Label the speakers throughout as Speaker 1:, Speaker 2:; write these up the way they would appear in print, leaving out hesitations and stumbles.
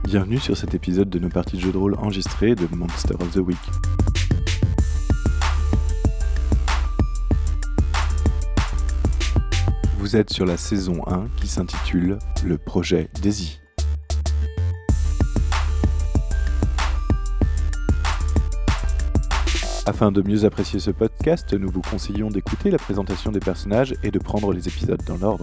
Speaker 1: Bienvenue sur cet épisode de nos parties de jeux de rôle enregistrées de Monster of the Week. Vous êtes sur la saison 1 qui s'intitule « Le projet Daisy ». Afin de mieux apprécier ce podcast, nous vous conseillons d'écouter la présentation des personnages et de prendre les épisodes dans l'ordre.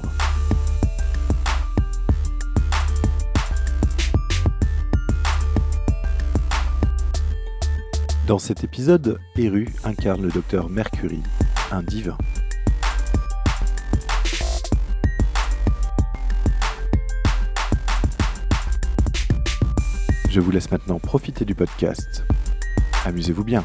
Speaker 1: Dans cet épisode, Eru incarne le docteur Mercury, un divin. Je vous laisse maintenant profiter du podcast. Amusez-vous bien.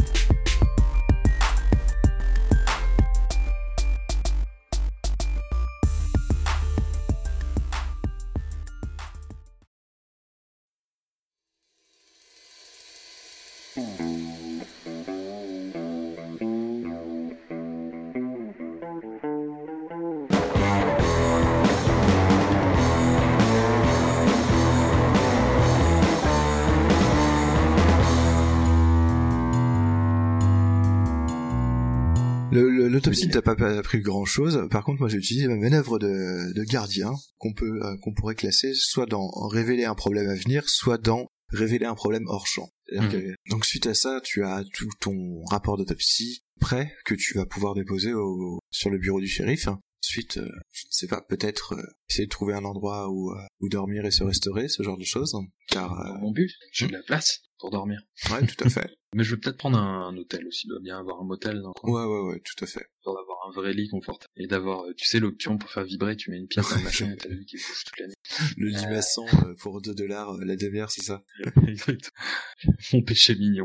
Speaker 2: L'autopsie ne t'a pas appris grand chose. Par contre, moi j'ai utilisé ma manœuvre de gardien qu'on pourrait classer soit dans révéler un problème à venir, soit dans révéler un problème hors champ. Donc suite à ça, tu as tout ton rapport d'autopsie prêt que tu vas pouvoir déposer sur le bureau du shérif. Ensuite, je ne sais pas, peut-être essayer de trouver un endroit où dormir et se restaurer, ce genre de choses. Car
Speaker 3: mon but, j'ai de la place pour dormir.
Speaker 2: Ouais, tout à fait.
Speaker 3: Mais je vais peut-être prendre un hôtel aussi, il doit bien avoir un motel dans le coin.
Speaker 2: Ouais, tout à fait.
Speaker 3: Pour avoir un vrai lit confortable. Et d'avoir, tu sais, l'option pour faire vibrer, tu mets une pièce dans le machin et t'as le lit qui bouge toute l'année.
Speaker 2: Le lit maçon pour $2 la demi-heure, c'est ça?
Speaker 3: Exactement. Mon péché mignon.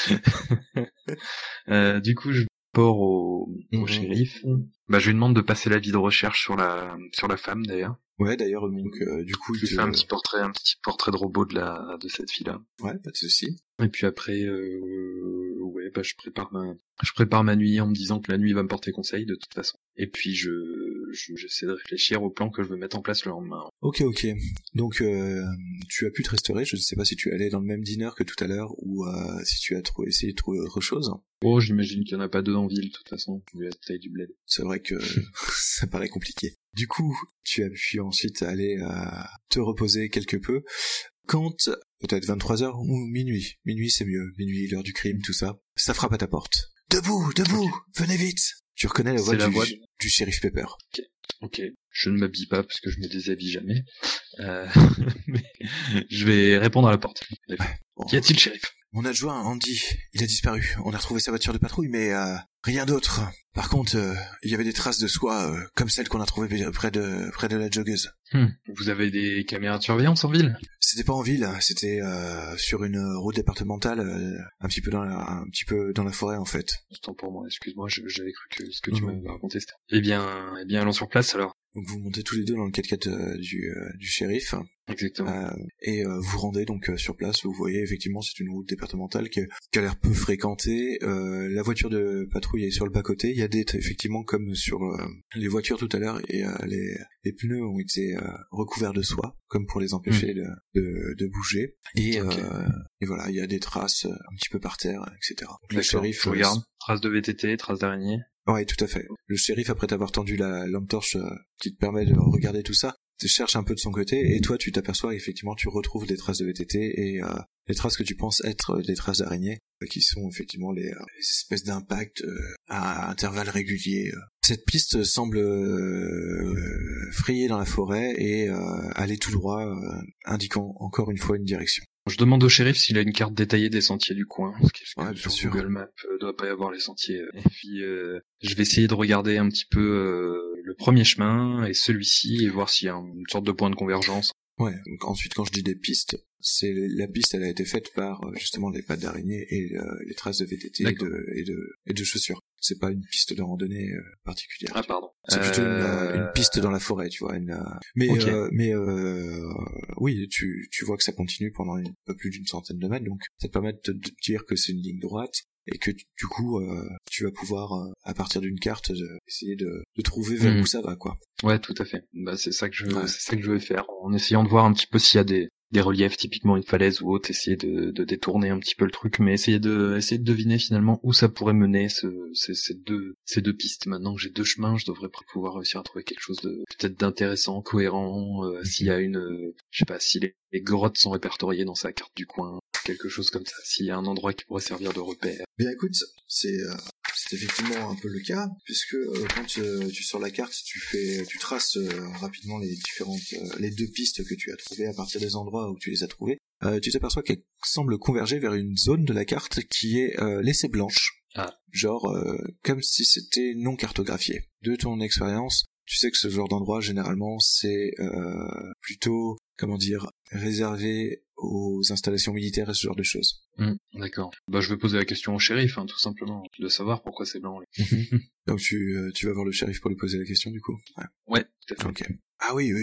Speaker 3: Du coup, je pars au shérif. Bah, je lui demande de passer l'avis de recherche sur la femme, d'ailleurs.
Speaker 2: Ouais, d'ailleurs, donc, du coup,
Speaker 3: je lui fais un petit portrait de robot de cette fille-là.
Speaker 2: Ouais, pas de souci.
Speaker 3: Et puis après, je prépare ma nuit en me disant que la nuit va me porter conseil, de toute façon. Et puis, j'essaie de réfléchir au plan que je veux mettre en place le lendemain.
Speaker 2: Ok. Donc, tu as pu te restaurer. Je ne sais pas si tu es allé dans le même dîner que tout à l'heure ou si tu as essayé de trouver autre chose.
Speaker 3: Oh, j'imagine qu'il n'y en a pas deux en ville, de toute façon, vu la taille du bled.
Speaker 2: C'est vrai que ça paraît compliqué. Du coup, tu as pu ensuite aller te reposer quelque peu. Quand, peut-être 23h ou minuit. Minuit, c'est mieux. Minuit, l'heure du crime, tout ça. Ça frappe à ta porte. Debout, venez vite. Tu reconnais la voix du shérif Pepper.
Speaker 3: Ok. Je ne m'habille pas parce que je me déshabille jamais. Mais je vais répondre à la porte.
Speaker 2: Ouais. Bon.
Speaker 3: Qu'y a-t-il, shérif?
Speaker 2: Mon adjoint, Andy, il a disparu. On a retrouvé sa voiture de patrouille, mais rien d'autre. Par contre, il y avait des traces de soie, comme celles qu'on a trouvées près de la joggeuse.
Speaker 3: Vous avez des caméras de surveillance en ville?
Speaker 2: C'était pas en ville, c'était sur une route départementale, un petit peu dans la forêt en fait.
Speaker 3: Autant pour moi, excuse-moi, j'avais cru que ce que tu m'avais raconté c'était... Eh bien, allons sur place alors.
Speaker 2: Donc vous montez tous les deux dans le 4x4 du shérif.
Speaker 3: Exactement.
Speaker 2: Et vous rendez donc sur place, vous voyez effectivement c'est une route départementale qui a l'air peu fréquentée. La voiture de patrouille est sur le bas-côté. Il y a effectivement comme sur les voitures tout à l'heure, et les pneus ont été recouverts de soie, comme pour les empêcher de bouger. Et voilà, il y a des traces un petit peu par terre, etc. Donc le shérif
Speaker 3: regarde, traces de VTT, traces d'araignée.
Speaker 2: Ouais, tout à fait. Le shérif, après t'avoir tendu la lampe torche qui te permet de regarder tout ça, te cherche un peu de son côté, et toi tu t'aperçois effectivement tu retrouves des traces de VTT et les traces que tu penses être des traces d'araignée, qui sont effectivement les espèces d'impacts à intervalles réguliers. Cette piste semble frayer dans la forêt et aller tout droit, indiquant encore une fois une direction.
Speaker 3: Je demande au shérif s'il a une carte détaillée des sentiers du coin, parce que
Speaker 2: bien
Speaker 3: sur
Speaker 2: sûr.
Speaker 3: Google Maps doit pas y avoir les sentiers. Et puis je vais essayer de regarder un petit peu le premier chemin et celui-ci et voir s'il y a une sorte de point de convergence.
Speaker 2: Ouais, donc ensuite quand je dis des pistes, la piste elle a été faite par justement les pattes d'araignée et les traces de VTT et de chaussures. C'est pas une piste de randonnée particulière.
Speaker 3: Ah pardon.
Speaker 2: C'est plutôt une piste dans la forêt, tu vois. Mais oui, tu vois que ça continue pendant un peu plus d'une centaine de mètres, donc ça te permet de te dire que c'est une ligne droite et que du coup tu vas pouvoir à partir d'une carte essayer de trouver vers où ça va, quoi.
Speaker 3: Ouais, tout à fait. Bah c'est ça que je vais faire en essayant de voir un petit peu s'il y a des des reliefs, typiquement une falaise ou autre, essayer de détourner un petit peu le truc, mais essayer de deviner finalement où ça pourrait mener ces deux pistes. Maintenant que j'ai 2 chemins, je devrais pouvoir réussir à trouver quelque chose de peut-être d'intéressant, cohérent, s'il y a je sais pas, si les grottes sont répertoriées dans sa carte du coin, quelque chose comme ça, s'il y a un endroit qui pourrait servir de repère.
Speaker 2: Bien écoute, c'est effectivement un peu le cas, puisque quand tu sors la carte, tu traces rapidement les 2 pistes que tu as trouvées à partir des endroits où tu les as trouvées. Tu t'aperçois qu'elles semblent converger vers une zone de la carte qui est laissée blanche.
Speaker 3: Ah.
Speaker 2: Genre comme si c'était non cartographié. De ton expérience, tu sais que ce genre d'endroit, généralement, c'est plutôt, réservé aux installations militaires et ce genre de choses.
Speaker 3: D'accord. Je vais poser la question au shérif, tout simplement, de savoir pourquoi c'est blanc.
Speaker 2: Donc tu vas voir le shérif pour lui poser la question, du coup.
Speaker 3: Ouais, tout à fait.
Speaker 2: Ok. Ah oui,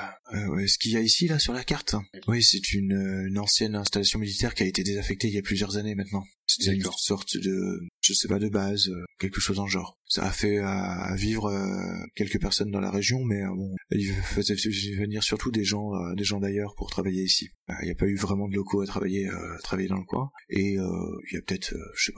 Speaker 2: ce qu'il y a ici, là, sur la carte, oui, c'est une ancienne installation militaire qui a été désaffectée il y a plusieurs années maintenant. C'était une sorte de, je sais pas, de base, quelque chose en genre. Ça a fait à vivre quelques personnes dans la région, mais il faisait venir surtout des gens d'ailleurs pour travailler ici. Il n'y a pas eu vraiment de locaux à travailler dans le coin, et il y a peut-être,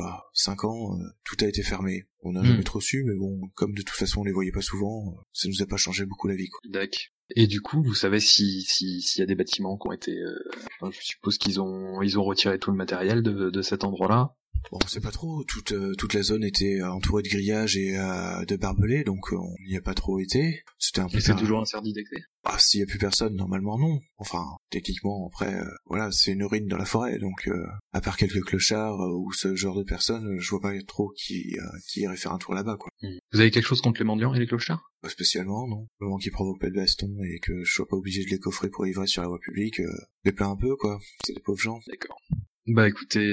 Speaker 2: 5 ans, tout a été fermé. On n'a jamais trop su, mais bon, comme de toute façon on les voyait pas souvent, ça nous a pas changé beaucoup la vie, quoi.
Speaker 3: D'accord. Et du coup, vous savez s'il y a des bâtiments qui ont été, je suppose qu'ils ont retiré tout le matériel de cet endroit-là.
Speaker 2: Bon, on sait pas trop, toute la zone était entourée de grillages et de barbelés, donc on n'y a pas trop été. C'était un peu...
Speaker 3: Et c'est toujours interdit d'accès ?
Speaker 2: Ah, s'il y a plus personne, normalement non. Enfin, techniquement, après, c'est une urine dans la forêt, donc à part quelques clochards ou ce genre de personnes, je vois pas trop qui irait faire un tour là-bas, quoi.
Speaker 3: Vous avez quelque chose contre les mendiants et les clochards ?
Speaker 2: Pas spécialement, non. Le moment qu'ils provoquent pas de baston et que je sois pas obligé de les coffrer pour livrer sur la voie publique, les plains un peu, quoi. C'est des pauvres gens.
Speaker 3: D'accord. Écoutez,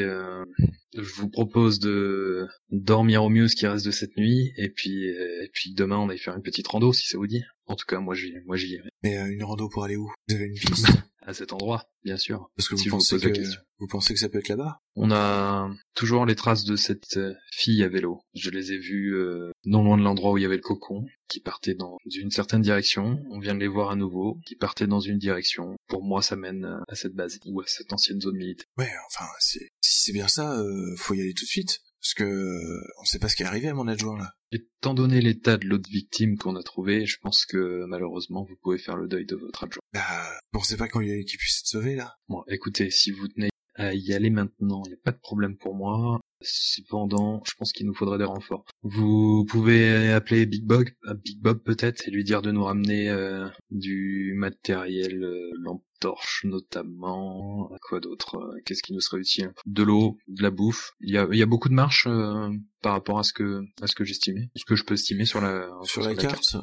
Speaker 3: je vous propose de dormir au mieux ce qui reste de cette nuit, et puis demain on aille faire une petite rando si ça vous dit. En tout cas, moi j'y irai.
Speaker 2: Mais une rando pour aller où ? Vous avez une piste ?
Speaker 3: À cet endroit, bien sûr.
Speaker 2: Parce que
Speaker 3: Si
Speaker 2: vous pensez que ça peut être là-bas ?
Speaker 3: On a toujours les traces de cette fille à vélo. Je les ai vues non loin de l'endroit où il y avait le cocon, qui partait dans une certaine direction. On vient de les voir à nouveau, qui partaient dans une direction. Pour moi, ça mène à cette base, ou à cette ancienne zone militaire.
Speaker 2: Ouais, enfin, si c'est bien ça, faut y aller tout de suite. Parce que on sait pas ce qui est arrivé à mon adjoint, là.
Speaker 3: Étant donné l'état de l'autre victime qu'on a trouvé, je pense que malheureusement vous pouvez faire le deuil de votre adjoint.
Speaker 2: On sait pas quand il y a qui puisse être sauvé, là.
Speaker 3: Bon, écoutez, si vous tenez à y aller maintenant, il n'y a pas de problème pour moi. Cependant, je pense qu'il nous faudrait des renforts. Vous pouvez appeler Big Bob peut-être, et lui dire de nous ramener du matériel, lampe torche notamment. Quoi d'autre ? Qu'est-ce qui nous serait utile ? De l'eau, de la bouffe. Il y a beaucoup de marches par rapport à ce que j'estimais. Ce que je peux estimer sur la carte.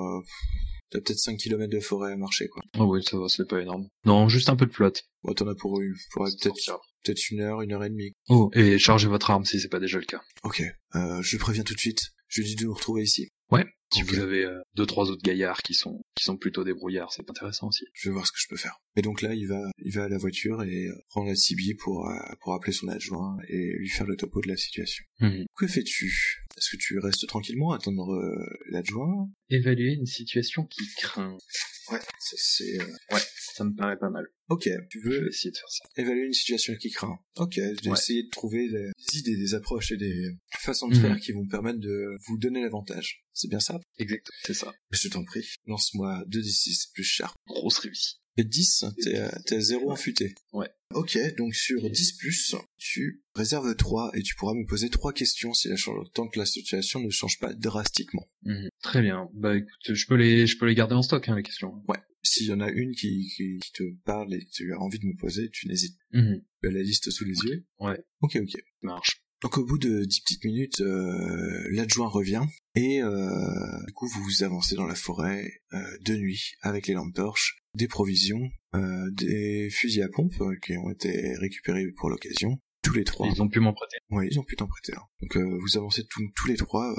Speaker 2: T'as peut-être 5 km de forêt à marcher, quoi.
Speaker 3: Oh oui, ça va, c'est pas énorme. Non, juste un peu de flotte.
Speaker 2: Bon, t'en as pour peut-être 1 heure, 1h30.
Speaker 3: Oh, et chargez votre arme si c'est pas déjà le cas.
Speaker 2: Ok, je préviens tout de suite. Je dis de nous retrouver ici.
Speaker 3: Ouais. Si vous avez 2-3 autres gaillards qui sont plutôt débrouillards, c'est intéressant aussi.
Speaker 2: Je vais voir ce que je peux faire. Et donc là, il va à la voiture et prend la CB pour appeler son adjoint et lui faire le topo de la situation. Que fais-tu ? Est-ce que tu restes tranquillement à attendre l'adjoint ?
Speaker 3: Évaluer une situation qui craint.
Speaker 2: Ouais,
Speaker 3: Ouais, ça me paraît pas mal.
Speaker 2: Ok, tu veux
Speaker 3: Je vais essayer de faire ça.
Speaker 2: Évaluer une situation qui craint. Ok, je vais essayer de trouver des idées, des approches et des façons de faire qui vont permettre de vous donner l'avantage. C'est bien ça ?
Speaker 3: Exact, c'est ça.
Speaker 2: Je t'en prie, lance-moi 2d6 plus sharp.
Speaker 3: Grosse réussite.
Speaker 2: Et 10, t'es à 0 en futé.
Speaker 3: Ouais.
Speaker 2: Ok, donc sur 10+, tu réserves 3 et tu pourras me poser 3 questions tant que la situation ne change pas drastiquement.
Speaker 3: Très bien. Écoute, je peux les garder en stock, les questions.
Speaker 2: Ouais. S'il y en a une qui te parle et que tu as envie de me poser, tu n'hésites. Tu as la liste sous les yeux.
Speaker 3: Ouais.
Speaker 2: Ok.
Speaker 3: Ça marche.
Speaker 2: Donc au bout de 10 petites minutes, l'adjoint revient et du coup vous avancez dans la forêt de nuit avec les lampes torches, des provisions, des fusils à pompe qui ont été récupérés pour l'occasion. Tous les 3.
Speaker 3: Ils ont pu m'en prêter.
Speaker 2: Oui, ils ont pu t'en prêter. Donc vous avancez tous les 3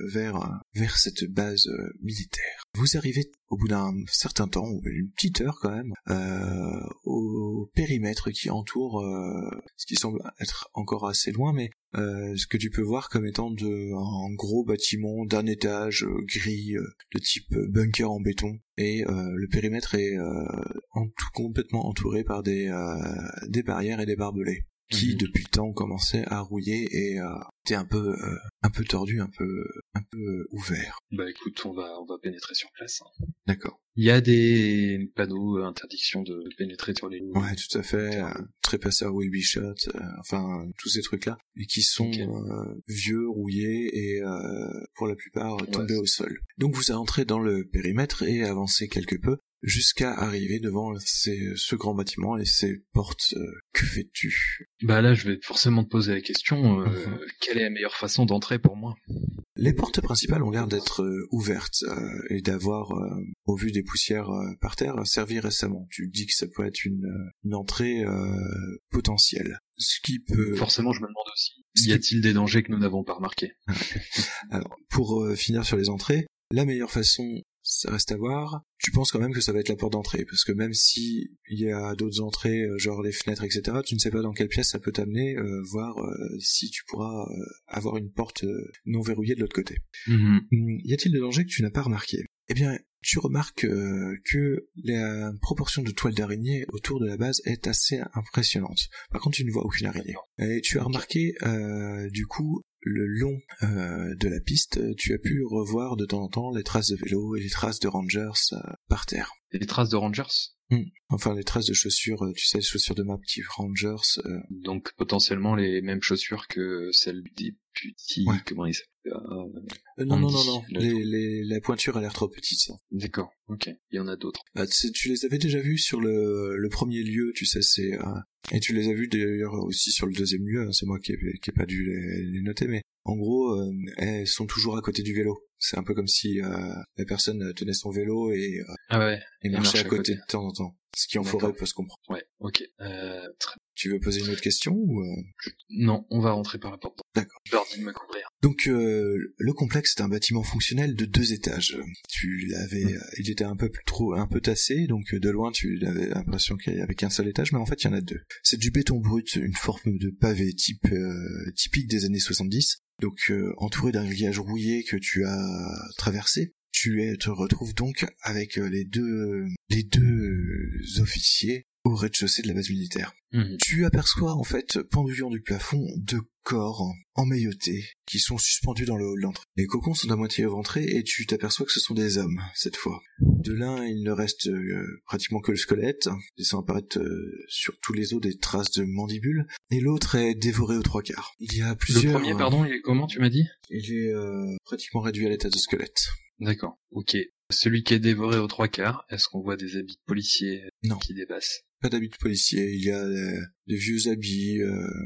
Speaker 2: vers cette base militaire. Vous arrivez au bout d'un certain temps, une petite heure quand même, au périmètre qui entoure ce qui semble être encore assez loin, mais ce que tu peux voir comme étant un gros bâtiment d'un étage gris de type bunker en béton, et le périmètre est complètement entouré par des barrières et des barbelés qui depuis le temps ont commencé à rouiller et étaient un peu tordus, un peu ouverts.
Speaker 3: Bah écoute, on va pénétrer sur place. Hein.
Speaker 2: D'accord.
Speaker 3: Il y a des panneaux interdiction de pénétrer sur les lignes.
Speaker 2: Ouais, tout à fait. Trépasseur will be shot, enfin tous ces trucs-là, et qui sont vieux, rouillés et pour la plupart tombés au sol. Donc vous entrez dans le périmètre et avancez quelque peu jusqu'à arriver devant ce grand bâtiment et ces portes. Que fais-tu?
Speaker 3: Bah là, je vais forcément te poser la question, quelle est la meilleure façon d'entrer pour moi?
Speaker 2: Les portes principales ont l'air d'être ouvertes et d'avoir, au vu des poussières par terre, servi récemment. Tu dis que ça peut être une entrée potentielle. Ce qui peut...
Speaker 3: Forcément, je me demande aussi, y a-t-il des dangers que nous n'avons pas remarqués?
Speaker 2: Alors, pour finir sur les entrées, la meilleure façon, ça reste à voir. Tu penses quand même que ça va être la porte d'entrée, parce que même si il y a d'autres entrées, genre les fenêtres, etc., tu ne sais pas dans quelle pièce ça peut t'amener, voir si tu pourras avoir une porte non verrouillée de l'autre côté. Y a-t-il de danger que tu n'as pas remarqué? Eh bien, tu remarques que la proportion de toiles d'araignée autour de la base est assez impressionnante. Par contre, tu ne vois aucune araignée. Et tu as remarqué, du coup, le long de la piste, tu as pu revoir de temps en temps les traces de vélo et les traces de rangers par terre.
Speaker 3: Et les traces de rangers?
Speaker 2: Enfin, les traces de chaussures, tu sais, les chaussures de map type rangers.
Speaker 3: Donc potentiellement les mêmes chaussures que celles des petits...
Speaker 2: Ouais.
Speaker 3: Comment ils s'appellent?
Speaker 2: Non. La pointure a l'air trop petite, ça.
Speaker 3: D'accord, ok. Il y en a d'autres.
Speaker 2: Tu les avais déjà vus sur le premier lieu, tu sais, c'est... et tu les as vus d'ailleurs aussi sur le deuxième lieu, hein, c'est moi qui ai pas dû les noter, mais en gros, elles sont toujours à côté du vélo. C'est un peu comme si la personne tenait son vélo et marchait à côté de temps en temps. Ce qui en forêt peut se comprendre.
Speaker 3: Ouais, ok.
Speaker 2: Tu veux poser une autre question ou
Speaker 3: Non, on va rentrer par la porte.
Speaker 2: D'accord.
Speaker 3: Birdie de me couvrir.
Speaker 2: Donc le complexe est un bâtiment fonctionnel de 2 étages. Il était un peu tassé, donc de loin tu avais l'impression qu'il y avait qu'un seul étage, mais en fait il y en a 2. C'est du béton brut, une forme de pavé typique des années 70. Donc entouré d'un grillage rouillé que tu as traversé, tu te retrouves donc avec les deux officiers au rez-de-chaussée de la base militaire. Tu aperçois en fait, pendulant du plafond, 2 corps emmaillotés qui sont suspendus dans le hall d'entrée. Les cocons sont à moitié éventrés et tu t'aperçois que ce sont des hommes, cette fois. De l'un, il ne reste pratiquement que le squelette, laissant apparaître sur tous les os des traces de mandibules, et l'autre est dévoré aux 3/4. Il y a plusieurs...
Speaker 3: Le premier, pardon, il est comment, tu m'as dit?
Speaker 2: Il est pratiquement réduit à l'état de squelette.
Speaker 3: D'accord, ok. Celui qui est dévoré aux 3/4, est-ce qu'on voit des habits de policiers qui dépassent?
Speaker 2: Pas d'habits de policier, il y a des vieux habits,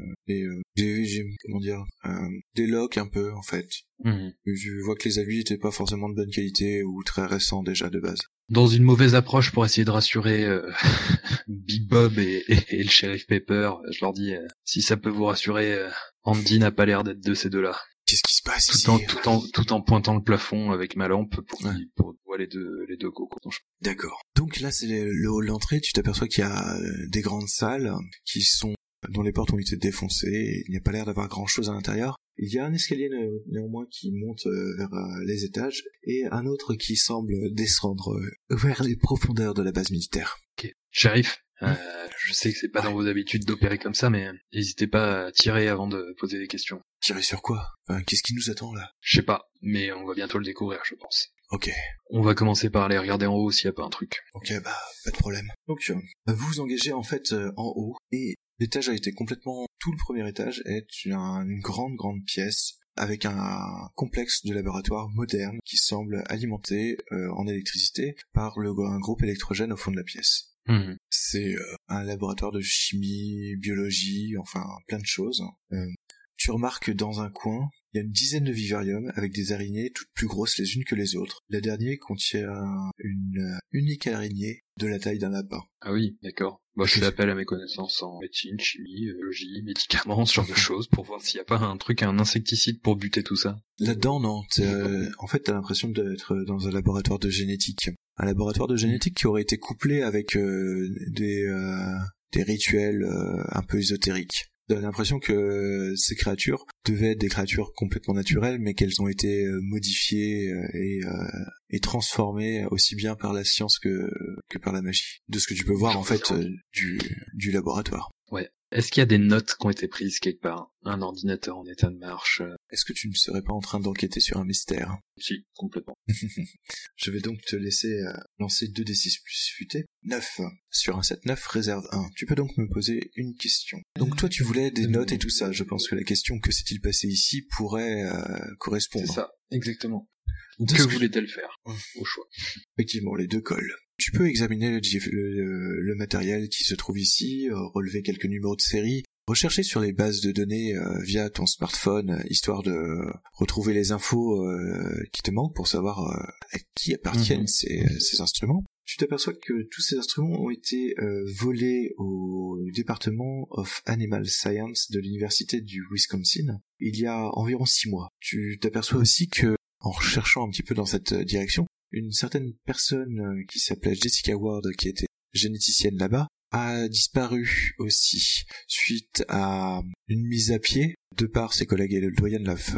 Speaker 2: des locks un peu en fait. Je vois que les habits étaient pas forcément de bonne qualité ou très récents déjà de base.
Speaker 3: Dans une mauvaise approche pour essayer de rassurer Big Bob et le shérif Pepper, je leur dis si ça peut vous rassurer, Andy n'a pas l'air d'être de ces deux-là.
Speaker 2: Qu'est-ce qui se passe ici?
Speaker 3: Tout en pointant le plafond avec ma lampe pour voir les deux cocos.
Speaker 2: D'accord. Donc là, c'est le hall d'entrée. Tu t'aperçois qu'il y a des grandes salles dont les portes ont été défoncées et il n'y a pas l'air d'avoir grand-chose à l'intérieur. Il y a un escalier néanmoins qui monte vers les étages et un autre qui semble descendre vers les profondeurs de la base militaire.
Speaker 3: Ok. Shérif, je sais que c'est pas dans vos habitudes d'opérer comme ça, mais n'hésitez pas à tirer avant de poser des questions.
Speaker 2: Tirer sur quoi? Qu'est-ce qui nous attend là?
Speaker 3: Je sais pas, mais on va bientôt le découvrir, je pense.
Speaker 2: Ok.
Speaker 3: On va commencer par aller regarder en haut s'il y a pas un truc.
Speaker 2: Ok, pas de problème. Donc, vous vous engagez en fait en haut, et l'étage a été complètement... Tout le premier étage est une grande pièce avec un complexe de laboratoire moderne qui semble alimenté en électricité par un groupe électrogène au fond de la pièce. C'est un laboratoire de chimie, biologie, enfin plein de choses. Tu remarques dans un coin, il y a une dizaine de vivariums avec des araignées toutes plus grosses les unes que les autres. La dernière contient une unique araignée de la taille d'un lapin.
Speaker 3: Ah oui, d'accord. Moi, je fais appel à mes connaissances en médecine, chimie, biologie, médicaments, ce genre de choses, pour voir s'il n'y a pas un insecticide pour buter tout ça.
Speaker 2: Là-dedans, non. En fait, t'as l'impression d'être dans un laboratoire de génétique. Un laboratoire de génétique qui aurait été couplé avec des rituels un peu ésotériques. donne l'impression que ces créatures devaient être des créatures complètement naturelles, mais qu'elles ont été modifiées et transformées aussi bien par la science que par la magie. De ce que tu peux voir en fait du laboratoire.
Speaker 3: Ouais. Est-ce qu'il y a des notes qui ont été prises quelque part? Un ordinateur en état de marche?
Speaker 2: Est-ce que tu ne serais pas en train d'enquêter sur un mystère?
Speaker 3: Si, complètement.
Speaker 2: Je vais donc te laisser lancer 2d6 plus futé. 9. Sur un 7-9, réserve 1. Tu peux donc me poser une question. Donc toi tu voulais des notes et tout ça. Je pense que la question que s'est-il passé ici pourrait correspondre.
Speaker 3: C'est ça, exactement. Que voulait-elle faire? Au choix.
Speaker 2: Effectivement, les deux collent. Tu peux examiner le matériel qui se trouve ici, relever quelques numéros de série, rechercher sur les bases de données via ton smartphone, histoire de retrouver les infos qui te manquent pour savoir à qui appartiennent ces instruments. Tu t'aperçois que tous ces instruments ont été volés au département of Animal Science de l'université du Wisconsin il y a environ 6 mois. Tu t'aperçois aussi que, en recherchant un petit peu dans cette direction, une certaine personne qui s'appelait Jessica Ward, qui était généticienne là-bas, a disparu aussi suite à une mise à pied de par ses collègues et le doyen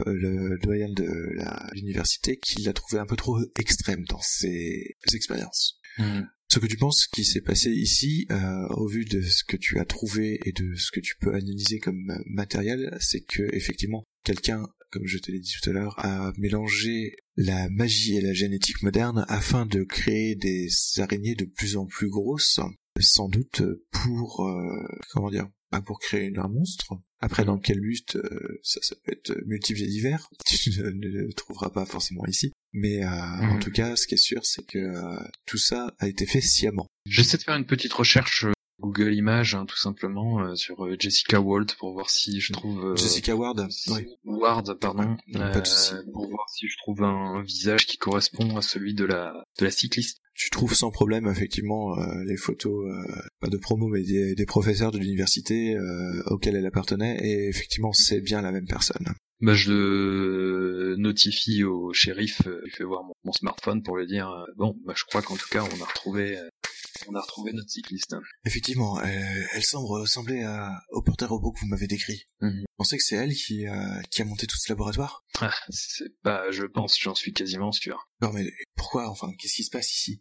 Speaker 2: de l'université qui l'a trouvé un peu trop extrême dans ses expériences. Ce que tu penses qui s'est passé ici, au vu de ce que tu as trouvé et de ce que tu peux analyser comme matériel, c'est que effectivement quelqu'un, comme je te l'ai dit tout à l'heure, a mélangé la magie et la génétique moderne afin de créer des araignées de plus en plus grosses, sans doute pour pour créer un monstre. Après, dans quel but, ça peut être multiple et divers. Tu ne le trouveras pas forcément ici. Mais en tout cas, ce qui est sûr, c'est que tout ça a été fait sciemment.
Speaker 3: J'essaie de faire une petite recherche Google Images, tout simplement, sur Jessica Ward pour voir si je trouve...
Speaker 2: Jessica Ward, oui.
Speaker 3: Ward, pardon.
Speaker 2: Pas de souci.
Speaker 3: Pour voir si je trouve un visage qui correspond à celui de la cycliste.
Speaker 2: Tu trouves sans problème, effectivement, les photos, pas de promo, mais des professeurs de l'université auxquels elle appartenait, et effectivement, c'est bien la même personne.
Speaker 3: Bah, je le notifie au shérif, il fait voir mon smartphone pour lui dire, je crois qu'en tout cas, on a retrouvé notre cycliste.
Speaker 2: Effectivement, elle semble ressembler au porteur-robot que vous m'avez décrit. Vous pensez que c'est elle qui a monté tout ce laboratoire?
Speaker 3: Je pense, j'en suis quasiment sûr.
Speaker 2: Non mais pourquoi, qu'est-ce qui se passe ici?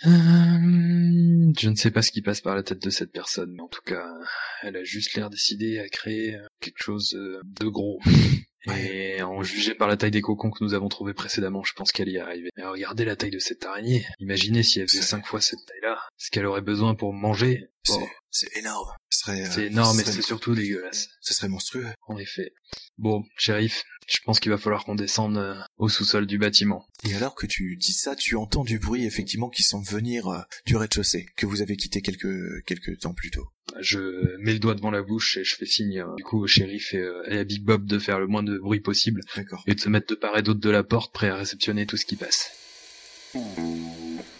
Speaker 3: Je ne sais pas ce qui passe par la tête de cette personne, mais en tout cas, elle a juste l'air décidée à créer quelque chose de gros. Et en jugé par la taille des cocons que nous avons trouvés précédemment, je pense qu'elle y est arrivée. Mais regardez la taille de cette araignée. Imaginez si elle faisait 5 fois cette taille-là. Ce qu'elle aurait besoin pour manger.
Speaker 2: C'est énorme.
Speaker 3: C'est énorme, mais c'est surtout dégueulasse.
Speaker 2: Ce serait monstrueux.
Speaker 3: En effet. Bon, shérif, je pense qu'il va falloir qu'on descende au sous-sol du bâtiment.
Speaker 2: Et alors que tu dis ça, tu entends du bruit effectivement qui semble venir du rez-de-chaussée, que vous avez quitté quelques temps plus tôt.
Speaker 3: Je mets le doigt devant la bouche et je fais signe du coup au shérif et à Big Bob de faire le moins de bruit possible.
Speaker 2: D'accord.
Speaker 3: Et de se mettre de part et d'autre de la porte, prêt à réceptionner tout ce qui passe.